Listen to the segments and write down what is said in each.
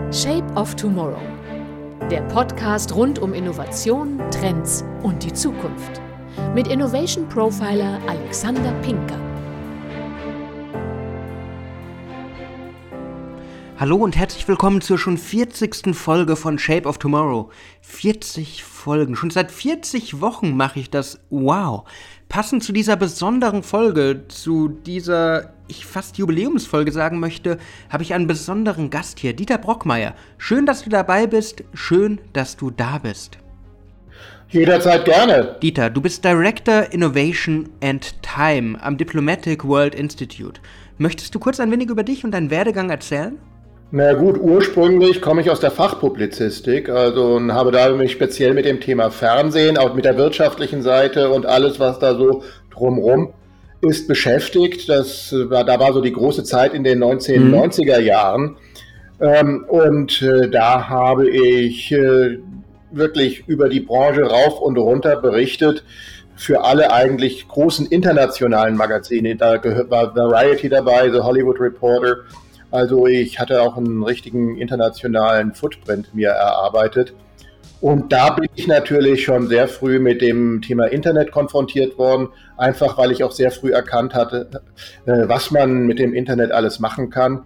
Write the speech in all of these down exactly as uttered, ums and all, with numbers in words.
Shape of Tomorrow. Der Podcast rund um Innovation, Trends und die Zukunft. Mit Innovation Profiler Alexander Pinker. Hallo und herzlich willkommen zur schon vierzigsten Folge von Shape of Tomorrow. vierzig Folgen. Schon seit vierzig Wochen mache ich das. Wow. Passend zu dieser besonderen Folge, zu dieser, ich fast Jubiläumsfolge sagen möchte, habe ich einen besonderen Gast hier, Dieter Brockmeier. Schön, dass du dabei bist. Schön, dass du da bist. Jederzeit gerne. Dieter, du bist Director Innovation and Time am Diplomatic World Institute. Möchtest du kurz ein wenig über dich und deinen Werdegang erzählen? Na gut, ursprünglich komme ich aus der Fachpublizistik, also und habe da mich speziell mit dem Thema Fernsehen, auch mit der wirtschaftlichen Seite und alles, was da so drumherum ist, beschäftigt. Das war, da war so die große Zeit in den neunzehnhundertneunziger Jahren. Ähm, und äh, da habe ich äh, wirklich über die Branche rauf und runter berichtet, für alle eigentlich großen internationalen Magazine. Da gehört, war Variety dabei, The Hollywood Reporter. Also ich hatte auch einen richtigen internationalen Footprint mir erarbeitet. Und da bin ich natürlich schon sehr früh mit dem Thema Internet konfrontiert worden, einfach weil ich auch sehr früh erkannt hatte, was man mit dem Internet alles machen kann.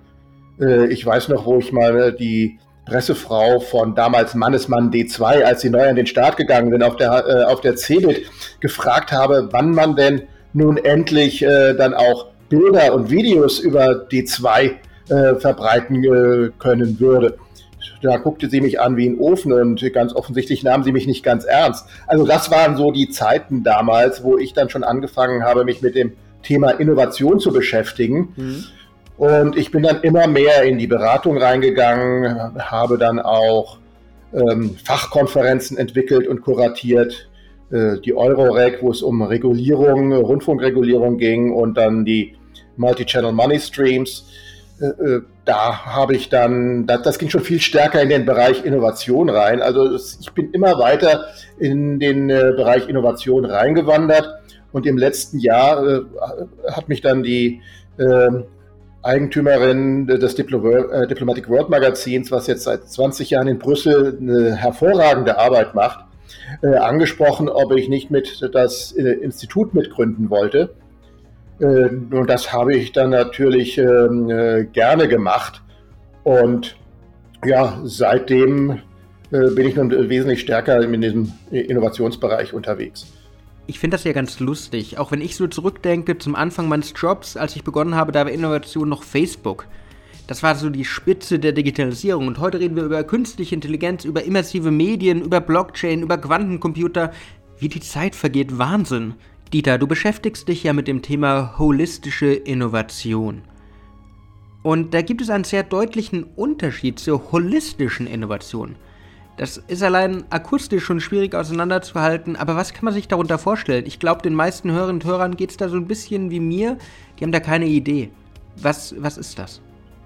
Ich weiß noch, wo ich mal die Pressefrau von damals Mannesmann D zwei, als sie neu an den Start gegangen sind, auf der, auf der Cebit gefragt habe, wann man denn nun endlich dann auch Bilder und Videos über D zwei Äh, verbreiten äh, können würde. Da guckte sie mich an wie ein Ofen und ganz offensichtlich nahm sie mich nicht ganz ernst. Also das waren so die Zeiten damals, wo ich dann schon angefangen habe, mich mit dem Thema Innovation zu beschäftigen. Mhm. Und ich bin dann immer mehr in die Beratung reingegangen, habe dann auch ähm, Fachkonferenzen entwickelt und kuratiert. Äh, die Euroreg, wo es um Regulierung, Rundfunkregulierung ging, und dann die Multi-Channel Money Streams. Da habe ich dann, das, das ging schon viel stärker in den Bereich Innovation rein. Also ich bin immer weiter in den äh, Bereich Innovation reingewandert, und im letzten Jahr äh, hat mich dann die äh, Eigentümerin des Diplo- äh, Diplomatic World Magazins, was jetzt seit zwanzig Jahren in Brüssel eine hervorragende Arbeit macht, äh, angesprochen, ob ich nicht mit das äh, Institut mitgründen wollte. Und das habe ich dann natürlich äh, gerne gemacht. Und ja, seitdem äh, bin ich nun wesentlich stärker in diesem Innovationsbereich unterwegs. Ich finde das ja ganz lustig. Auch wenn ich so zurückdenke zum Anfang meines Jobs, als ich begonnen habe, da war Innovation noch Facebook. Das war so die Spitze der Digitalisierung. Und heute reden wir über künstliche Intelligenz, über immersive Medien, über Blockchain, über Quantencomputer. Wie die Zeit vergeht, Wahnsinn. Dieter, du beschäftigst dich ja mit dem Thema holistische Innovation. Und da gibt es einen sehr deutlichen Unterschied zur holistischen Innovation. Das ist allein akustisch schon schwierig auseinanderzuhalten, aber was kann man sich darunter vorstellen? Ich glaube, den meisten Hörerinnen und Hörern geht es da so ein bisschen wie mir, die haben da keine Idee. Was, was ist das?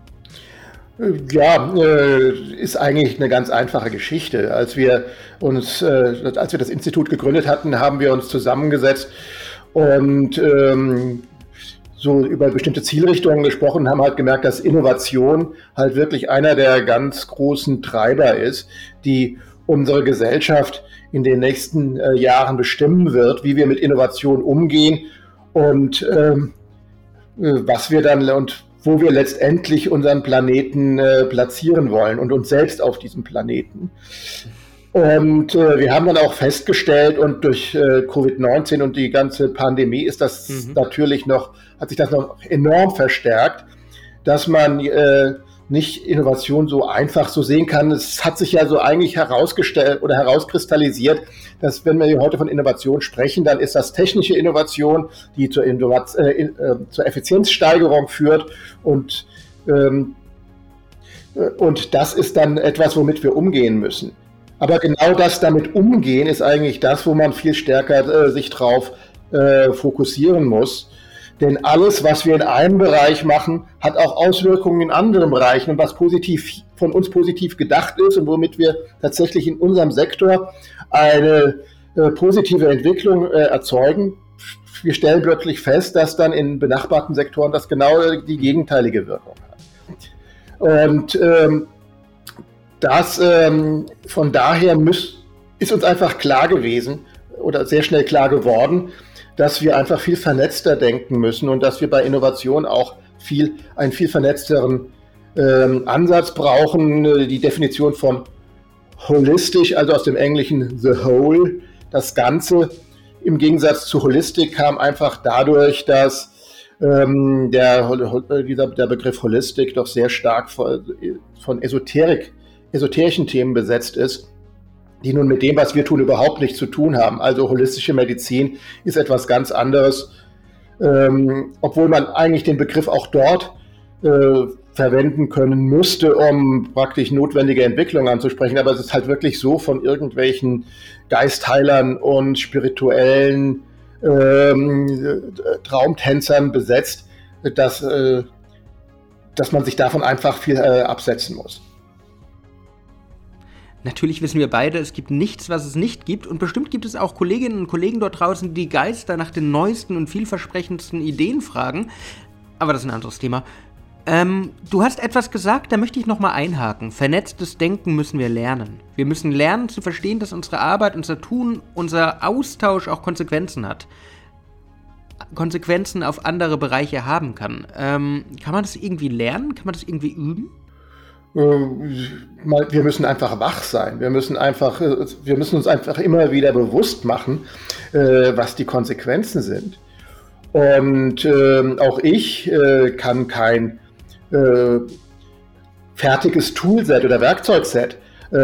Ja, äh, ist eigentlich eine ganz einfache Geschichte. Als wir uns, äh, als wir das Institut gegründet hatten, haben wir uns zusammengesetzt und ähm, so über bestimmte Zielrichtungen gesprochen, haben halt gemerkt, dass Innovation halt wirklich einer der ganz großen Treiber ist, die unsere Gesellschaft in den nächsten äh, Jahren bestimmen wird, wie wir mit Innovation umgehen und ähm, was wir dann und wo wir letztendlich unseren Planeten äh, platzieren wollen und uns selbst auf diesem Planeten. Und äh, wir haben dann auch festgestellt, und durch äh, Covid neunzehn und die ganze Pandemie ist das mhm. natürlich noch, hat sich das noch enorm verstärkt, dass man äh, nicht Innovation so einfach so sehen kann. Es hat sich ja so eigentlich herausgestellt oder herauskristallisiert, dass wenn wir heute von Innovation sprechen, dann ist das technische Innovation, die zur, Innovat- äh, äh, zur Effizienzsteigerung führt, und, ähm, und das ist dann etwas, womit wir umgehen müssen. Aber genau das damit umgehen ist eigentlich das, wo man viel stärker äh, sich drauf äh, fokussieren muss. Denn alles, was wir in einem Bereich machen, hat auch Auswirkungen in anderen Bereichen. Und was positiv von uns positiv gedacht ist und womit wir tatsächlich in unserem Sektor eine äh, positive Entwicklung äh, erzeugen, wir stellen plötzlich fest, dass dann in benachbarten Sektoren das genau die gegenteilige Wirkung hat. Und ähm, das ähm, von daher müß, ist uns einfach klar gewesen oder sehr schnell klar geworden, dass wir einfach viel vernetzter denken müssen und dass wir bei Innovation auch viel, einen viel vernetzteren ähm, Ansatz brauchen. Die Definition von holistisch, also aus dem Englischen the whole, das Ganze im Gegensatz zu Holistik kam einfach dadurch, dass ähm, der, dieser, der Begriff Holistik doch sehr stark von, von Esoterik, esoterischen Themen besetzt ist, die nun mit dem, was wir tun, überhaupt nichts zu tun haben. Also holistische Medizin ist etwas ganz anderes, ähm, obwohl man eigentlich den Begriff auch dort äh, verwenden können müsste, um praktisch notwendige Entwicklungen anzusprechen. Aber es ist halt wirklich so von irgendwelchen Geistheilern und spirituellen ähm, Traumtänzern besetzt, dass, äh, dass man sich davon einfach viel äh, absetzen muss. Natürlich wissen wir beide, es gibt nichts, was es nicht gibt. Und bestimmt gibt es auch Kolleginnen und Kollegen dort draußen, die Geister nach den neuesten und vielversprechendsten Ideen fragen. Aber das ist ein anderes Thema. Ähm, du hast etwas gesagt, da möchte ich nochmal einhaken. Vernetztes Denken müssen wir lernen. Wir müssen lernen zu verstehen, dass unsere Arbeit, unser Tun, unser Austausch auch Konsequenzen hat. Konsequenzen auf andere Bereiche haben kann. Ähm, kann man das irgendwie lernen? Kann man das irgendwie üben? Wir müssen einfach wach sein. Wir müssen einfach, wir müssen uns einfach immer wieder bewusst machen, was die Konsequenzen sind. Und auch ich kann kein fertiges Toolset oder Werkzeugset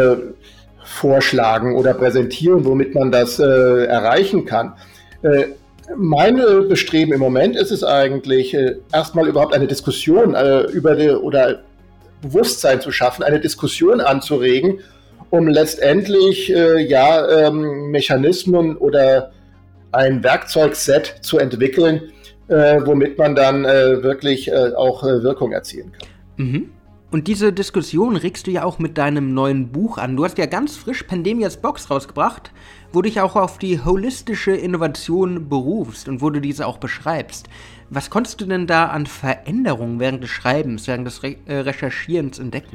vorschlagen oder präsentieren, womit man das erreichen kann. Mein Bestreben im Moment ist es eigentlich, erstmal überhaupt eine Diskussion über die, oder Bewusstsein zu schaffen, eine Diskussion anzuregen, um letztendlich äh, ja, ähm, Mechanismen oder ein Werkzeugset zu entwickeln, äh, womit man dann äh, wirklich äh, auch äh, Wirkung erzielen kann. Mhm. Und diese Diskussion regst du ja auch mit deinem neuen Buch an. Du hast ja ganz frisch Pandemias Box rausgebracht, wo du dich auch auf die holistische Innovation berufst und wo du diese auch beschreibst. Was konntest du denn da an Veränderungen während des Schreibens, während des Re- äh, Recherchierens entdecken?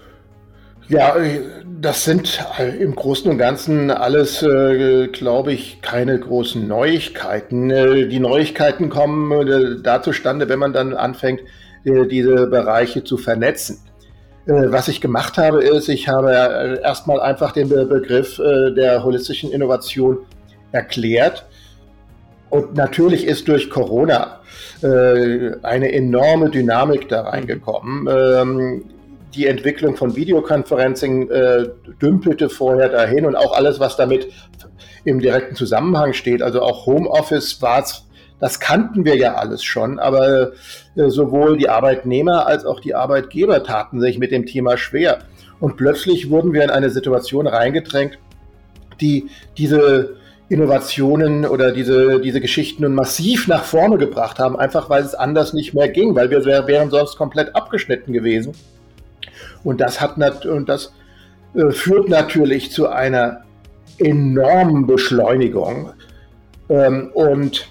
Ja, das sind im Großen und Ganzen alles, äh, glaube ich, keine großen Neuigkeiten. Äh, die Neuigkeiten kommen äh, da zustande, wenn man dann anfängt, äh, diese Bereiche zu vernetzen. Äh, was ich gemacht habe, ist, ich habe äh, erstmal einfach den Be- Begriff äh, der holistischen Innovation erklärt. Und natürlich ist durch Corona äh, eine enorme Dynamik da reingekommen. Ähm, die Entwicklung von Videoconferencing äh, dümpelte vorher dahin und auch alles, was damit im direkten Zusammenhang steht, also auch Homeoffice war's, das kannten wir ja alles schon, aber äh, sowohl die Arbeitnehmer als auch die Arbeitgeber taten sich mit dem Thema schwer. Und plötzlich wurden wir in eine Situation reingedrängt, die diese Innovationen oder diese, diese Geschichten nun massiv nach vorne gebracht haben, einfach weil es anders nicht mehr ging, weil wir wären sonst komplett abgeschnitten gewesen. Und das hat nat- und das äh, führt natürlich zu einer enormen Beschleunigung ähm, und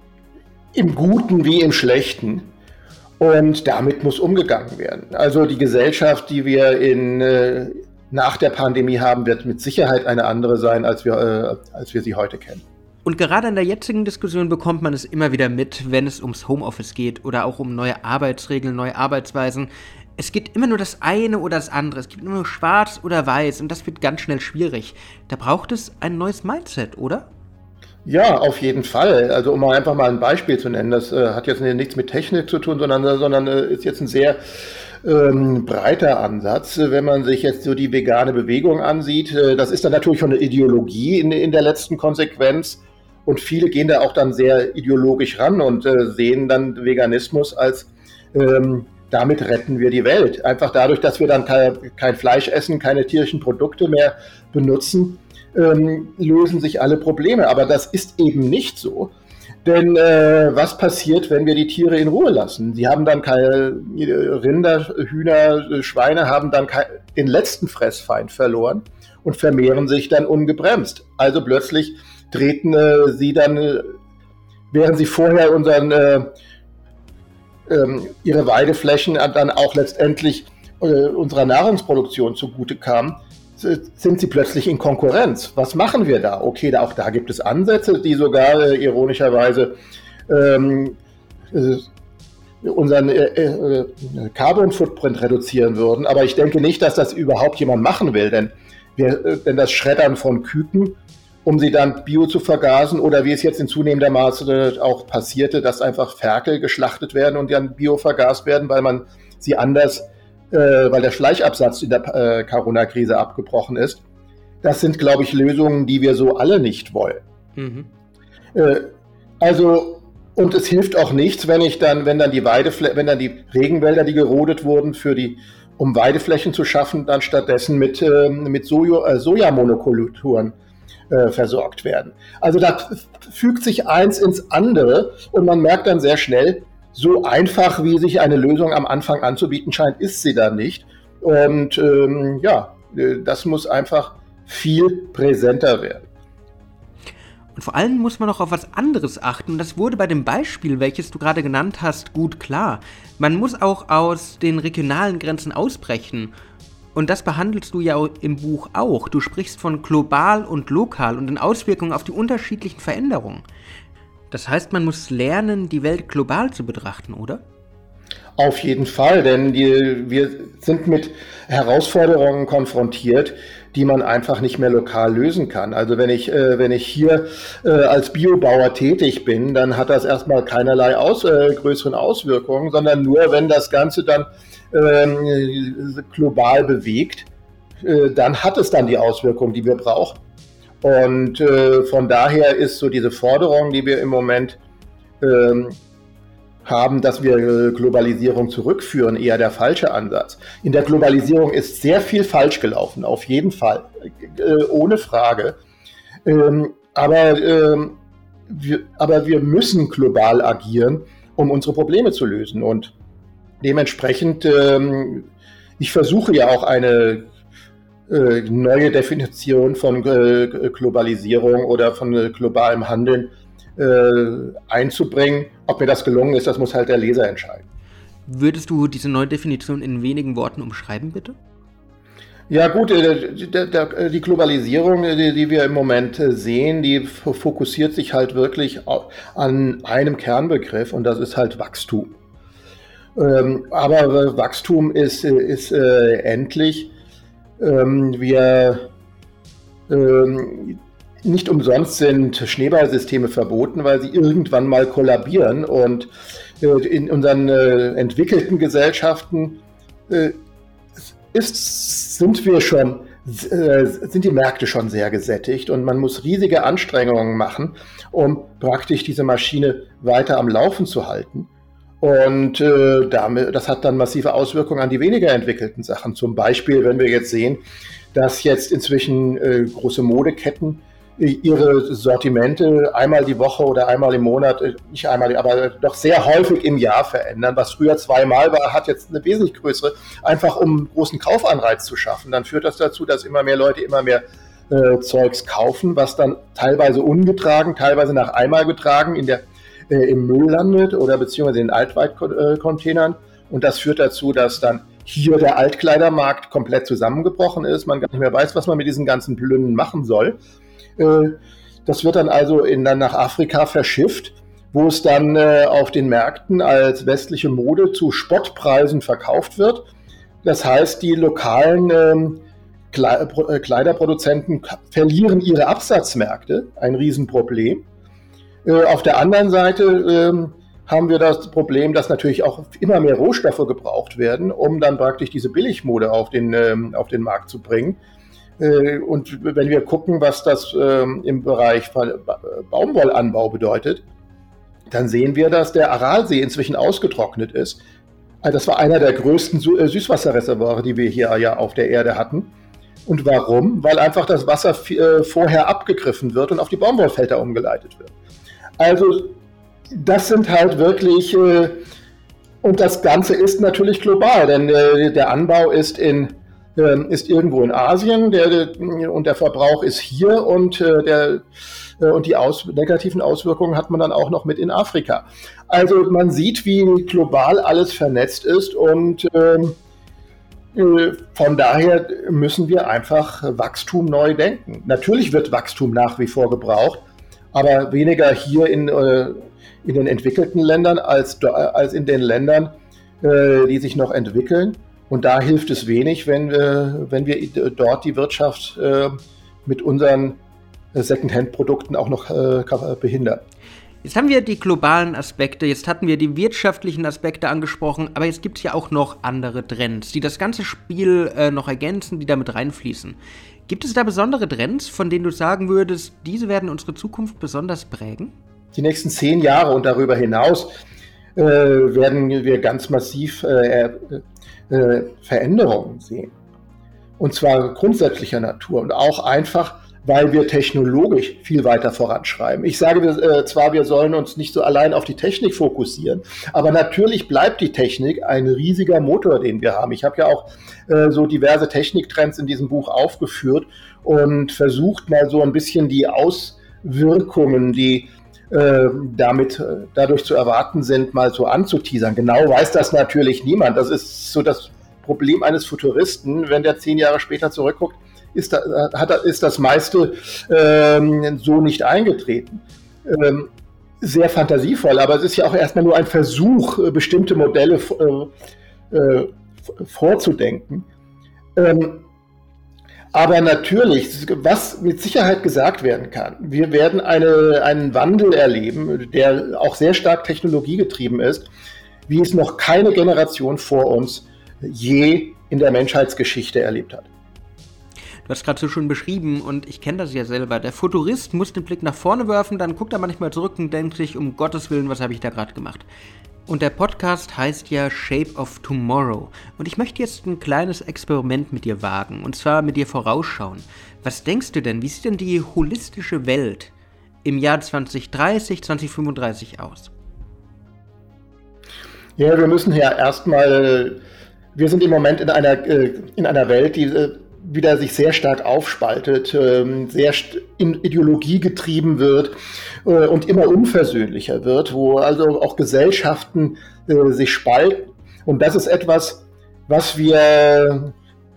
im Guten wie im Schlechten. Und damit muss umgegangen werden. Also die Gesellschaft, die wir in äh, nach der Pandemie haben, wird mit Sicherheit eine andere sein, als wir, äh, als wir sie heute kennen. Und gerade in der jetzigen Diskussion bekommt man es immer wieder mit, wenn es ums Homeoffice geht oder auch um neue Arbeitsregeln, neue Arbeitsweisen. Es gibt immer nur das eine oder das andere. Es gibt immer nur schwarz oder weiß und das wird ganz schnell schwierig. Da braucht es ein neues Mindset, oder? Ja, auf jeden Fall. Also um mal einfach mal ein Beispiel zu nennen, das äh, hat jetzt nichts mit Technik zu tun, sondern, sondern äh, ist jetzt ein sehr ähm, breiter Ansatz. Wenn man sich jetzt so die vegane Bewegung ansieht, äh, das ist dann natürlich schon eine Ideologie in, in der letzten Konsequenz. Und viele gehen da auch dann sehr ideologisch ran und äh, sehen dann Veganismus als ähm, damit retten wir die Welt. Einfach dadurch, dass wir dann kein, kein Fleisch essen, keine tierischen Produkte mehr benutzen, ähm, lösen sich alle Probleme. Aber das ist eben nicht so. Denn äh, was passiert, wenn wir die Tiere in Ruhe lassen? Sie haben dann keine Rinder, Hühner, Schweine haben dann kein, den letzten Fressfeind verloren und vermehren sich dann ungebremst. Also plötzlich treten äh, sie dann, äh, während sie vorher unseren, äh, äh, ihre Weideflächen dann auch letztendlich äh, unserer Nahrungsproduktion zugute kam, sind sie plötzlich in Konkurrenz. Was machen wir da? Okay, da, auch da gibt es Ansätze, die sogar äh, ironischerweise ähm, äh, unseren äh, äh, Carbon Footprint reduzieren würden. Aber ich denke nicht, dass das überhaupt jemand machen will, denn, wir, äh, denn das Schreddern von Küken, um sie dann bio zu vergasen, oder wie es jetzt in zunehmender Maße auch passierte, dass einfach Ferkel geschlachtet werden und dann bio vergast werden, weil man sie anders Äh, weil der Fleischabsatz in der äh, Corona-Krise abgebrochen ist. Das sind, glaube ich, Lösungen, die wir so alle nicht wollen. Mhm. Äh, also, und es hilft auch nichts, wenn ich dann, wenn dann die Weideflä- wenn dann die Regenwälder, die gerodet wurden, für die, um Weideflächen zu schaffen, dann stattdessen mit, äh, mit Sojo- äh, Sojamonokulturen äh, versorgt werden. Also da fügt sich eins ins andere und man merkt dann sehr schnell, so einfach, wie sich eine Lösung am Anfang anzubieten scheint, ist sie da nicht. Und ähm, ja, das muss einfach viel präsenter werden. Und vor allem muss man noch auf was anderes achten. Und das wurde bei dem Beispiel, welches du gerade genannt hast, gut klar. Man muss auch aus den regionalen Grenzen ausbrechen. Und das behandelst du ja im Buch auch. Du sprichst von global und lokal und den Auswirkungen auf die unterschiedlichen Veränderungen. Das heißt, man muss lernen, die Welt global zu betrachten, oder? Auf jeden Fall, denn die, wir sind mit Herausforderungen konfrontiert, die man einfach nicht mehr lokal lösen kann. Also wenn ich, äh, wenn ich hier äh, als Biobauer tätig bin, dann hat das erstmal keinerlei aus, äh, größeren Auswirkungen, sondern nur, wenn das Ganze dann äh, global bewegt, äh, dann hat es dann die Auswirkungen, die wir brauchen. Und äh, von daher ist so diese Forderung, die wir im Moment ähm, haben, dass wir äh, Globalisierung zurückführen, eher der falsche Ansatz. In der Globalisierung ist sehr viel falsch gelaufen, auf jeden Fall, äh, ohne Frage. Ähm, aber, ähm, wir, aber wir müssen global agieren, um unsere Probleme zu lösen. Und dementsprechend, ähm, ich versuche ja auch eine neue Definition von äh, Globalisierung oder von äh, globalem Handeln äh, einzubringen. Ob mir das gelungen ist, das muss halt der Leser entscheiden. Würdest du diese neue Definition in wenigen Worten umschreiben, bitte? Ja gut, äh, der, der, die Globalisierung, die, die wir im Moment sehen, die fokussiert sich halt wirklich an einem Kernbegriff und das ist halt Wachstum. Ähm, aber Wachstum ist, ist äh, endlich. Wir ähm, nicht umsonst sind Schneeballsysteme verboten, weil sie irgendwann mal kollabieren. Und äh, in unseren äh, entwickelten Gesellschaften äh, ist, sind wir schon, äh, sind die Märkte schon sehr gesättigt und man muss riesige Anstrengungen machen, um praktisch diese Maschine weiter am Laufen zu halten. Und äh, damit, das hat dann massive Auswirkungen an die weniger entwickelten Sachen. Zum Beispiel, wenn wir jetzt sehen, dass jetzt inzwischen äh, große Modeketten äh, ihre Sortimente einmal die Woche oder einmal im Monat, äh, nicht einmal, aber doch sehr häufig im Jahr verändern. Was früher zweimal war, hat jetzt eine wesentlich größere, einfach um einen großen Kaufanreiz zu schaffen. Dann führt das dazu, dass immer mehr Leute immer mehr äh, Zeugs kaufen, was dann teilweise ungetragen, teilweise nach einmal getragen in der im Müll landet oder beziehungsweise in Altweit-Containern. Und das führt dazu, dass dann hier der Altkleidermarkt komplett zusammengebrochen ist. Man gar nicht mehr weiß, was man mit diesen ganzen Plünnen machen soll. Das wird dann also in, dann nach Afrika verschifft, wo es dann auf den Märkten als westliche Mode zu Spottpreisen verkauft wird. Das heißt, die lokalen Kleiderproduzenten verlieren ihre Absatzmärkte, ein Riesenproblem. Auf der anderen Seite ähm, haben wir das Problem, dass natürlich auch immer mehr Rohstoffe gebraucht werden, um dann praktisch diese Billigmode auf den, ähm, auf den Markt zu bringen. Äh, und wenn wir gucken, was das ähm, im Bereich Baumwollanbau bedeutet, dann sehen wir, dass der Aralsee inzwischen ausgetrocknet ist. Also das war einer der größten Sü- Süßwasserreservoire, die wir hier ja auf der Erde hatten. Und warum? Weil einfach das Wasser f- äh, vorher abgegriffen wird und auf die Baumwollfelder umgeleitet wird. Also das sind halt wirklich, äh, und das Ganze ist natürlich global, denn äh, der Anbau ist, in, äh, ist irgendwo in Asien der, der, und der Verbrauch ist hier und, äh, der, äh, und die aus, negativen Auswirkungen hat man dann auch noch mit in Afrika. Also man sieht, wie global alles vernetzt ist und äh, Von daher müssen wir einfach Wachstum neu denken. Natürlich wird Wachstum nach wie vor gebraucht, aber weniger hier in, in den entwickelten Ländern als, als in den Ländern, die sich noch entwickeln. Und da hilft es wenig, wenn wir, wenn wir dort die Wirtschaft mit unseren Secondhand-Produkten auch noch behindern. Jetzt haben wir die globalen Aspekte, jetzt hatten wir die wirtschaftlichen Aspekte angesprochen, aber jetzt gibt es ja auch noch andere Trends, die das ganze Spiel äh, noch ergänzen, die damit reinfließen. Gibt es da besondere Trends, von denen du sagen würdest, diese werden unsere Zukunft besonders prägen? Die nächsten zehn Jahre und darüber hinaus äh, werden wir ganz massiv äh, äh, Veränderungen sehen. Und zwar grundsätzlicher Natur und auch einfach, weil wir technologisch viel weiter voranschreiben. Ich sage äh, zwar, wir sollen uns nicht so allein auf die Technik fokussieren, aber natürlich bleibt die Technik ein riesiger Motor, den wir haben. Ich habe ja auch äh, so diverse Techniktrends in diesem Buch aufgeführt und versucht mal so ein bisschen die Auswirkungen, die äh, damit äh, dadurch zu erwarten sind, mal so anzuteasern. Genau weiß das natürlich niemand. Das ist so das Problem eines Futuristen, wenn der zehn Jahre später zurückguckt, Ist, da, hat, ist das meiste ähm, so nicht eingetreten. Ähm, sehr fantasievoll, aber es ist ja auch erstmal nur ein Versuch, bestimmte Modelle äh, äh, vorzudenken. Ähm, aber natürlich, was mit Sicherheit gesagt werden kann, wir werden eine, einen Wandel erleben, der auch sehr stark technologiegetrieben ist, wie es noch keine Generation vor uns je in der Menschheitsgeschichte erlebt hat. Du hast gerade so schön beschrieben und ich kenne das ja selber. Der Futurist muss den Blick nach vorne werfen, dann guckt er manchmal zurück und denkt sich, um Gottes Willen, was habe ich da gerade gemacht? Und der Podcast heißt ja Shape of Tomorrow. Und ich möchte jetzt ein kleines Experiment mit dir wagen, und zwar mit dir vorausschauen. Was denkst du denn, wie sieht denn die holistische Welt im Jahr zwanzig dreißig, zwanzig fünfunddreißig aus? Ja, wir müssen ja erstmal, wir sind im Moment in einer, in einer Welt, die wieder sich sehr stark aufspaltet, sehr in Ideologie getrieben wird und immer unversöhnlicher wird, wo also auch Gesellschaften sich spalten. Und das ist etwas, was wir,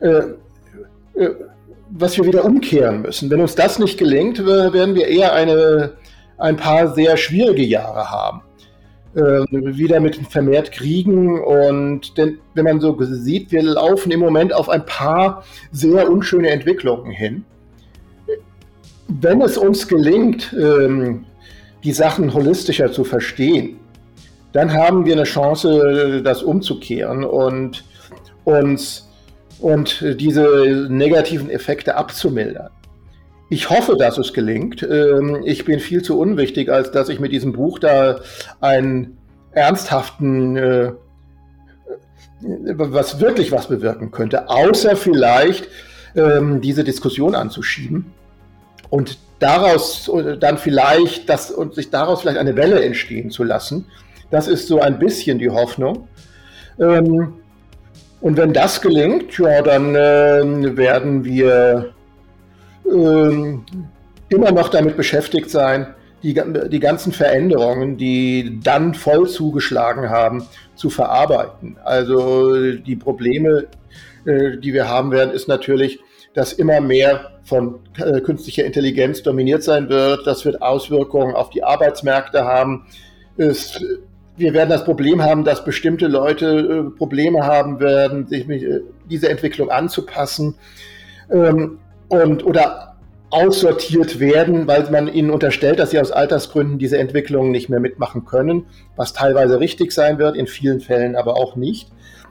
was wir wieder umkehren müssen. Wenn uns das nicht gelingt, werden wir eher eine, ein paar sehr schwierige Jahre haben. Äh, wieder mit vermehrt Kriegen und denn, wenn man so sieht, wir laufen im Moment auf ein paar sehr unschöne Entwicklungen hin. Wenn es uns gelingt, ähm, die Sachen holistischer zu verstehen, dann haben wir eine Chance, das umzukehren und uns und diese negativen Effekte abzumildern. Ich hoffe, dass es gelingt. Ich bin viel zu unwichtig, als dass ich mit diesem Buch da einen ernsthaften, was wirklich was bewirken könnte, außer vielleicht diese Diskussion anzuschieben und daraus dann vielleicht, das, und sich daraus vielleicht eine Welle entstehen zu lassen. Das ist so ein bisschen die Hoffnung. Und wenn das gelingt, ja, dann werden wir immer noch damit beschäftigt sein, die, die ganzen Veränderungen, die dann voll zugeschlagen haben, zu verarbeiten. Also die Probleme, die wir haben werden, ist natürlich, dass immer mehr von künstlicher Intelligenz dominiert sein wird. Das wird Auswirkungen auf die Arbeitsmärkte haben. Es, wir werden das Problem haben, dass bestimmte Leute Probleme haben werden, sich mit dieser Entwicklung anzupassen. Und, oder aussortiert werden, weil man ihnen unterstellt, dass sie aus Altersgründen diese Entwicklungen nicht mehr mitmachen können, was teilweise richtig sein wird, in vielen Fällen aber auch nicht.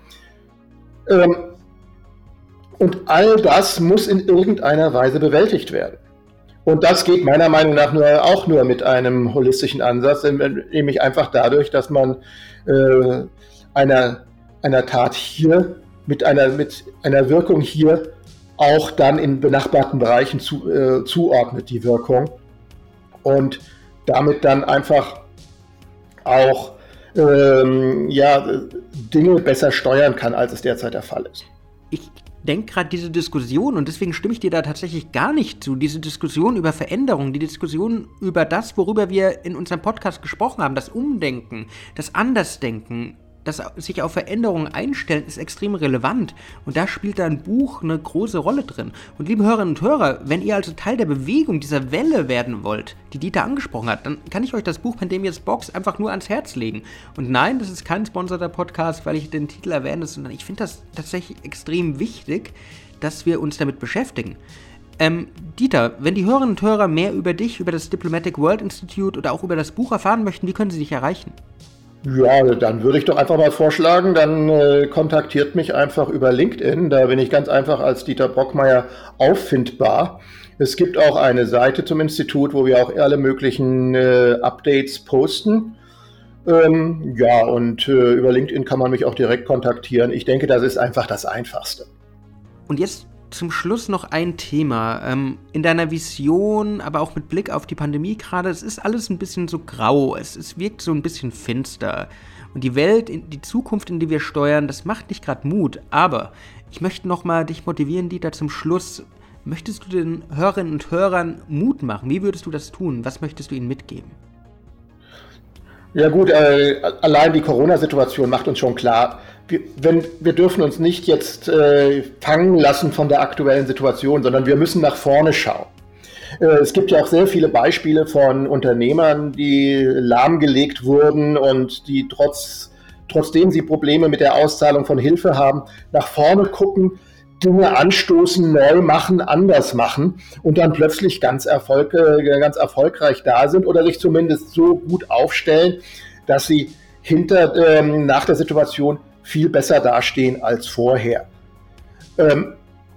Und all das muss in irgendeiner Weise bewältigt werden. Und das geht meiner Meinung nach nur, auch nur mit einem holistischen Ansatz, nämlich einfach dadurch, dass man äh, einer, einer Tat hier mit einer, mit einer Wirkung hier auch dann in benachbarten Bereichen zu, äh, zuordnet, die Wirkung. Und damit dann einfach auch ähm, ja, Dinge besser steuern kann, als es derzeit der Fall ist. Ich denke gerade diese Diskussion, und deswegen stimme ich dir da tatsächlich gar nicht zu, diese Diskussion über Veränderung, die Diskussion über das, worüber wir in unserem Podcast gesprochen haben, das Umdenken, das Andersdenken, das sich auf Veränderungen einstellen, ist extrem relevant. Und da spielt da ein Buch eine große Rolle drin. Und liebe Hörerinnen und Hörer, wenn ihr also Teil der Bewegung, dieser Welle werden wollt, die Dieter angesprochen hat, dann kann ich euch das Buch Pandemias Box einfach nur ans Herz legen. Und nein, das ist kein sponsorter Podcast, weil ich den Titel erwähne, sondern ich finde das tatsächlich extrem wichtig, dass wir uns damit beschäftigen. Ähm, Dieter, wenn die Hörerinnen und Hörer mehr über dich, über das Diplomatic World Institute oder auch über das Buch erfahren möchten, wie können sie dich erreichen? Ja, dann würde ich doch einfach mal vorschlagen, dann äh, kontaktiert mich einfach über LinkedIn. Da bin ich ganz einfach als Dieter Brockmeier auffindbar. Es gibt auch eine Seite zum Institut, wo wir auch alle möglichen äh, Updates posten. Ähm, ja, und äh, über LinkedIn kann man mich auch direkt kontaktieren. Ich denke, das ist einfach das Einfachste. Und jetzt zum Schluss noch ein Thema. Ähm, in deiner Vision, aber auch mit Blick auf die Pandemie gerade, es ist alles ein bisschen so grau, es, es wirkt so ein bisschen finster. Und die Welt, die Zukunft, in die wir steuern, das macht nicht gerade Mut. Aber ich möchte nochmal dich motivieren, Dieter, zum Schluss. Möchtest du den Hörerinnen und Hörern Mut machen? Wie würdest du das tun? Was möchtest du ihnen mitgeben? Ja gut, äh, allein die Corona-Situation macht uns schon klar, wir, wenn, wir dürfen uns nicht jetzt äh, fangen lassen von der aktuellen Situation, sondern wir müssen nach vorne schauen. Äh, es gibt ja auch sehr viele Beispiele von Unternehmern, die lahmgelegt wurden und die trotz, trotzdem sie Probleme mit der Auszahlung von Hilfe haben, nach vorne gucken, Dinge anstoßen, neu machen, anders machen und dann plötzlich ganz, Erfolg, äh, ganz erfolgreich da sind oder sich zumindest so gut aufstellen, dass sie hinter, ähm, nach der Situation viel besser dastehen als vorher. Ähm,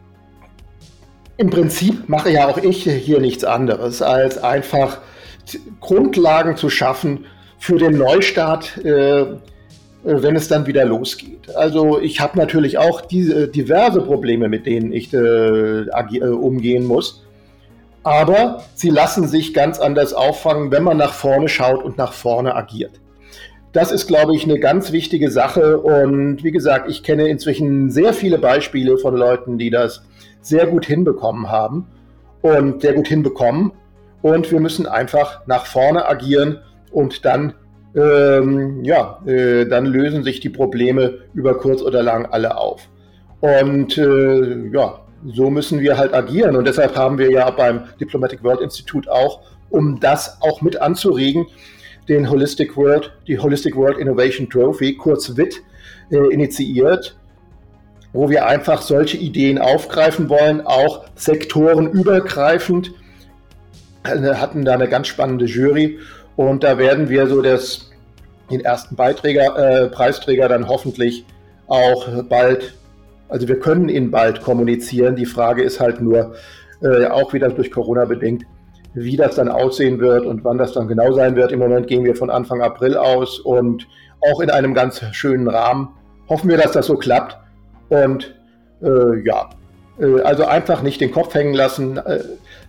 Im Prinzip mache ja auch ich hier nichts anderes, als einfach Grundlagen zu schaffen für den Neustart, äh, wenn es dann wieder losgeht. Also ich habe natürlich auch diese diverse Probleme, mit denen ich äh, agi- äh, umgehen muss. Aber sie lassen sich ganz anders auffangen, wenn man nach vorne schaut und nach vorne agiert. Das ist, glaube ich, eine ganz wichtige Sache. Und wie gesagt, ich kenne inzwischen sehr viele Beispiele von Leuten, die das sehr gut hinbekommen haben und sehr gut hinbekommen. Und wir müssen einfach nach vorne agieren und dann Ähm, ja, äh, dann lösen sich die Probleme über kurz oder lang alle auf. Und äh, ja, so müssen wir halt agieren. Und deshalb haben wir ja beim Diplomatic World Institute auch, um das auch mit anzuregen, den Holistic World, die Holistic World Innovation Trophy, kurz W I T, äh, initiiert, wo wir einfach solche Ideen aufgreifen wollen, auch sektorenübergreifend. Wir hatten da eine ganz spannende Jury. Und da werden wir so das, den ersten Beiträger, äh, Preisträger dann hoffentlich auch bald, also wir können ihn bald kommunizieren. Die Frage ist halt nur, äh, auch wieder durch Corona bedingt, wie das dann aussehen wird und wann das dann genau sein wird. Im Moment gehen wir von Anfang April aus und auch in einem ganz schönen Rahmen. Hoffen wir, dass das so klappt. Und äh, ja, äh, also einfach nicht den Kopf hängen lassen, äh,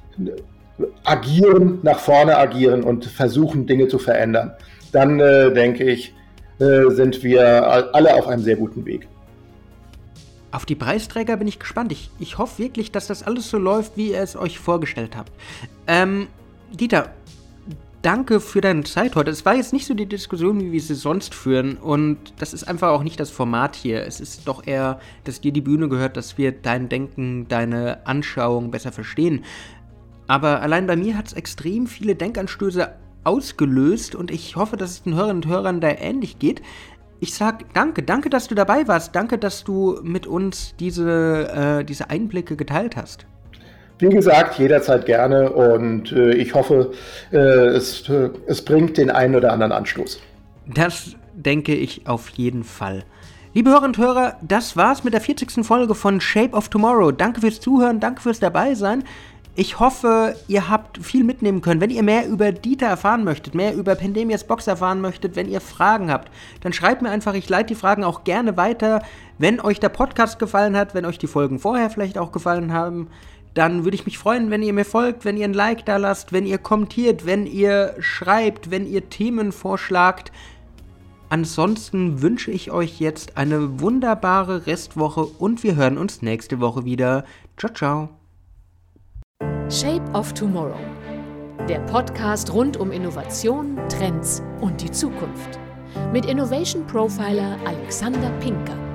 agieren, nach vorne agieren und versuchen, Dinge zu verändern. Dann, äh, denke ich, äh, sind wir alle auf einem sehr guten Weg. Auf die Preisträger bin ich gespannt. Ich, ich hoffe wirklich, dass das alles so läuft, wie ihr es euch vorgestellt habt. Ähm, Dieter, danke für deine Zeit heute. Es war jetzt nicht so die Diskussion, wie wir sie sonst führen. Und das ist einfach auch nicht das Format hier. Es ist doch eher, dass dir die Bühne gehört, dass wir dein Denken, deine Anschauung besser verstehen. Aber allein bei mir hat es extrem viele Denkanstöße ausgelöst und ich hoffe, dass es den Hörerinnen und Hörern da ähnlich geht. Ich sag danke, danke, dass du dabei warst, danke, dass du mit uns diese, äh, diese Einblicke geteilt hast. Wie gesagt, jederzeit gerne und äh, ich hoffe, äh, es, äh, es bringt den einen oder anderen Anstoß. Das denke ich auf jeden Fall. Liebe Hörerinnen und Hörer, das war's mit der vierzigsten Folge von Shape of Tomorrow. Danke fürs Zuhören, danke fürs Dabeisein. Ich hoffe, ihr habt viel mitnehmen können. Wenn ihr mehr über Dieter erfahren möchtet, mehr über Pandemias Box erfahren möchtet, wenn ihr Fragen habt, dann schreibt mir einfach, ich leite die Fragen auch gerne weiter. Wenn euch der Podcast gefallen hat, wenn euch die Folgen vorher vielleicht auch gefallen haben, dann würde ich mich freuen, wenn ihr mir folgt, wenn ihr ein Like da lasst, wenn ihr kommentiert, wenn ihr schreibt, wenn ihr Themen vorschlagt. Ansonsten wünsche ich euch jetzt eine wunderbare Restwoche und wir hören uns nächste Woche wieder. Ciao, ciao. Shape of Tomorrow. Der Podcast rund um Innovation, Trends und die Zukunft. mit Innovation Profiler Alexander Pinker.